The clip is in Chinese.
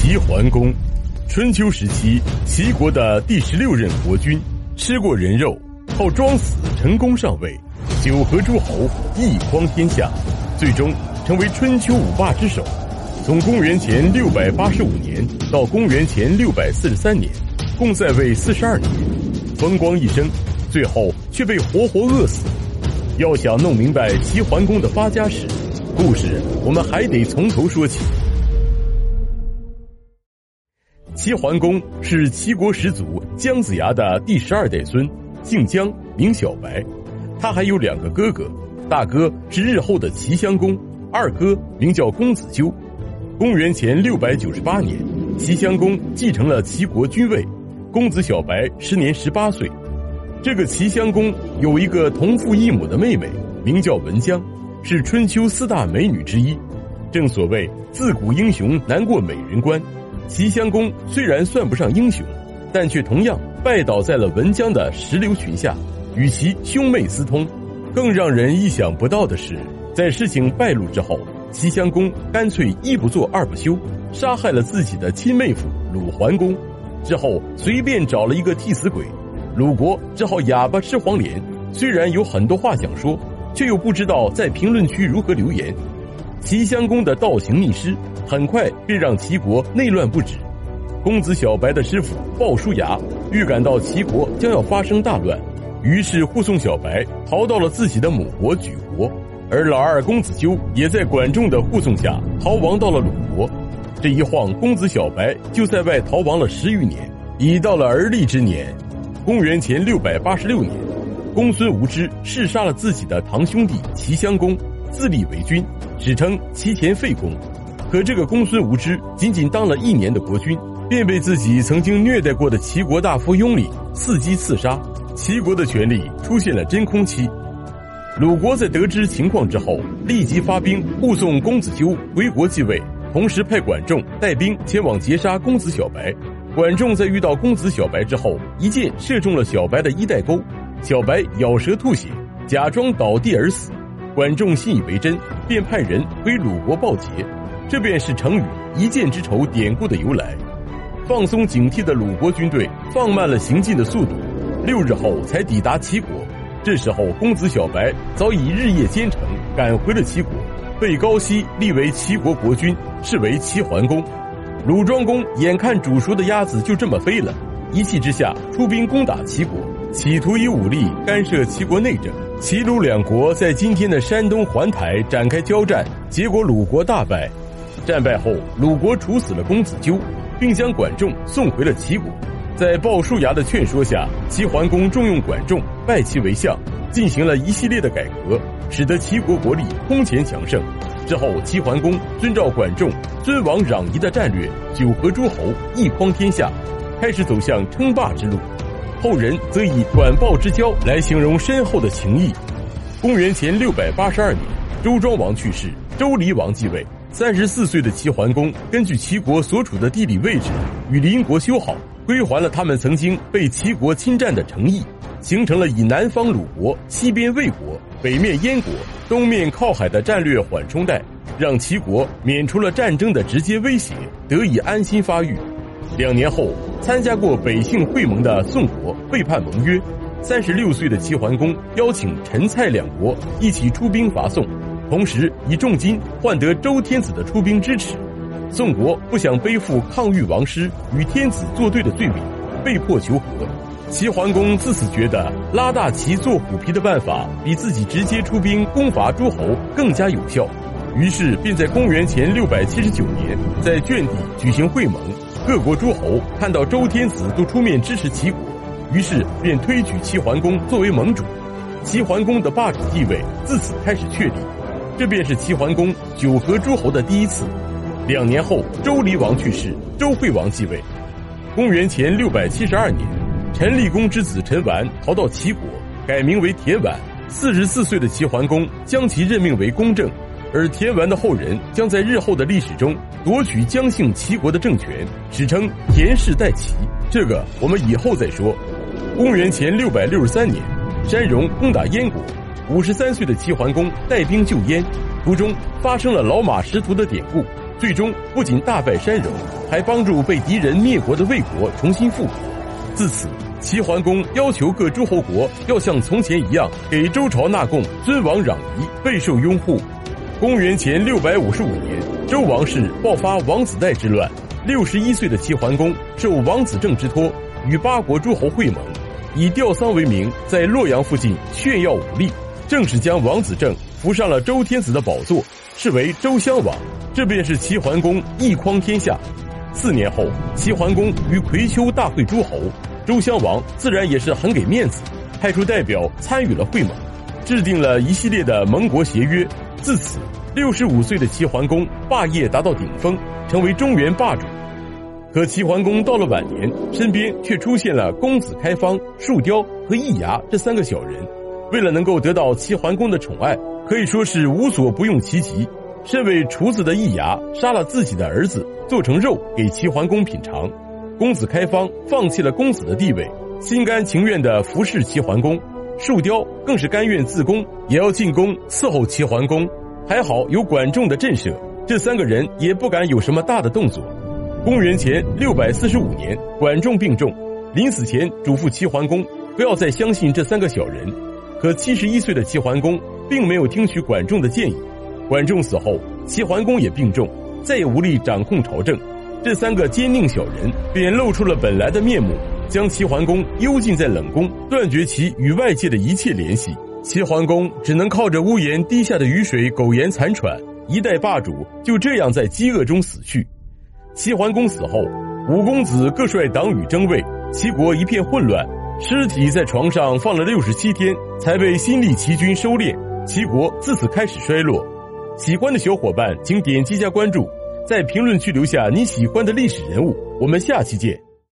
齐桓公，春秋时期齐国的第16任国君，吃过人肉，靠装死成功上位，九合诸侯，一匡天下，最终成为春秋五霸之首。从公元前685年到公元前643年，共在位42年，风光一生，最后却被活活饿死。要想弄明白齐桓公的发家史，故事我们还得从头说起。齐桓公是齐国始祖姜子牙的第12代孙，姓姜，名小白。他还有2个哥哥，大哥是日后的齐襄公，二哥名叫公子纠。公元前698年，齐襄公继承了齐国君位，公子小白时年18岁。这个齐襄公有一个同父异母的妹妹，名叫文姜，是春秋4大美女之一。正所谓自古英雄难过美人关，齐襄公虽然算不上英雄，但却同样拜倒在了文姜的石榴裙下，与其兄妹私通。更让人意想不到的是，在事情败露之后，齐襄公干脆一不做二不休，杀害了自己的亲妹夫鲁桓公，之后随便找了一个替死鬼，鲁国只好哑巴吃黄连。虽然有很多话想说，却又不知道在评论区如何留言。齐襄公的倒行逆施很快便让齐国内乱不止。公子小白的师傅鲍叔牙预感到齐国将要发生大乱，于是护送小白逃到了自己的母国莒国，而老二公子纠也在管仲的护送下逃亡到了鲁国。这一晃，公子小白就在外逃亡了10余年，已到了而立之年。公元前686年，公孙无知弑杀了自己的堂兄弟齐襄公，自立为君，史称齐前废公。可这个公孙无知仅仅当了1年的国君，便被自己曾经虐待过的齐国大夫拥立，伺机刺杀。齐国的权力出现了真空期。鲁国在得知情况之后，立即发兵护送公子纠回国继位，同时派管仲带兵前往截杀公子小白。管仲在遇到公子小白之后，一箭射中了小白的衣带沟，小白咬舌吐血，假装倒地而死。管仲信以为真，便派人回鲁国报捷，这便是成语一箭之仇典故的由来。放松警惕的鲁国军队放慢了行进的速度，6日后才抵达齐国。这时候公子小白早已日夜兼程赶回了齐国，被高息立为齐国国君，是为齐桓公。鲁庄公眼看煮熟的鸭子就这么飞了，一气之下出兵攻打齐国，企图以武力干涉齐国内政。齐鲁2国在今天的山东环台展开交战，结果鲁国大败。战败后，鲁国处死了公子纠，并将管仲送回了齐国。在鲍叔牙的劝说下，齐桓公重用管仲，拜其为相，进行了一系列的改革，使得齐国国力空前强盛。之后，齐桓公遵照管仲尊王攘夷的战略，九合诸侯，一匡天下，开始走向称霸之路。后人则以管鲍之交来形容深厚的情谊。公元前682年，周庄王去世，周厉王继位。34岁的齐桓公根据齐国所处的地理位置与邻国修好，归还了他们曾经被齐国侵占的城邑，形成了以南方鲁国、西边魏国、北面燕国、东面靠海的战略缓冲带，让齐国免除了战争的直接威胁，得以安心发育。2年后，参加过北杏会盟的宋国背叛盟约，36岁的齐桓公邀请陈蔡2国一起出兵伐宋，同时以重金换得周天子的出兵支持。宋国不想背负抗御王师与天子作对的罪名，被迫求和。齐桓公自此觉得拉大旗做虎皮的办法比自己直接出兵攻伐诸侯更加有效，于是便在公元前679年在鄄地举行会盟。各国诸侯看到周天子都出面支持齐国，于是便推举齐桓公作为盟主。齐桓公的霸主地位自此开始确立，这便是齐桓公九合诸侯的第一次。2年后，周厉王去世，周惠王继位。公元前672年，陈厉公之子陈完逃到齐国，改名为田完。44岁的齐桓公将其任命为公正，而田完的后人将在日后的历史中夺取姜姓齐国的政权，史称田氏代齐。这个我们以后再说。公元前663年，山戎攻打燕国，53岁的齐桓公带兵救燕，途中发生了老马识途的典故，最终不仅大败山戎， 还帮助被敌人灭国的魏国重新复国。自此，齐桓公要求各诸侯国要像从前一样给周朝纳贡，尊王攘夷，备受拥护。公元前655年，周王室爆发王子带之乱，61岁的齐桓公受王子正之托，与8国诸侯会盟，以吊丧为名，在洛阳附近炫耀武力，正式将王子正扶上了周天子的宝座，是为周襄王。这便是齐桓公一匡天下。4年后，齐桓公于葵丘大会诸侯，周襄王自然也是很给面子，派出代表参与了会盟，制定了一系列的盟国协约。自此，65岁的齐桓公霸业达到顶峰，成为中原霸主。可齐桓公到了晚年，身边却出现了公子开方、树雕和易牙这3个小人。为了能够得到齐桓公的宠爱，可以说是无所不用其极。身为厨子的易牙杀了自己的儿子，做成肉给齐桓公品尝。公子开方放弃了公子的地位，心甘情愿地服侍齐桓公。树雕更是甘愿自宫，也要进宫伺候齐桓公。还好有管仲的震慑，这3个人也不敢有什么大的动作。公元前645年，管仲病重，临死前嘱咐齐桓公不要再相信这3个小人。可71岁的齐桓公并没有听取管仲的建议。管仲死后，齐桓公也病重，再也无力掌控朝政。这3个奸佞小人便露出了本来的面目，将齐桓公幽禁在冷宫，断绝其与外界的一切联系。齐桓公只能靠着屋檐滴下的雨水苟延残喘，一代霸主就这样在饥饿中死去。齐桓公死后，5公子各率党羽争位，齐国一片混乱，尸体在床上放了67天，才被新立齐军收敛，齐国自此开始衰落。喜欢的小伙伴请点击加关注，在评论区留下你喜欢的历史人物，我们下期见。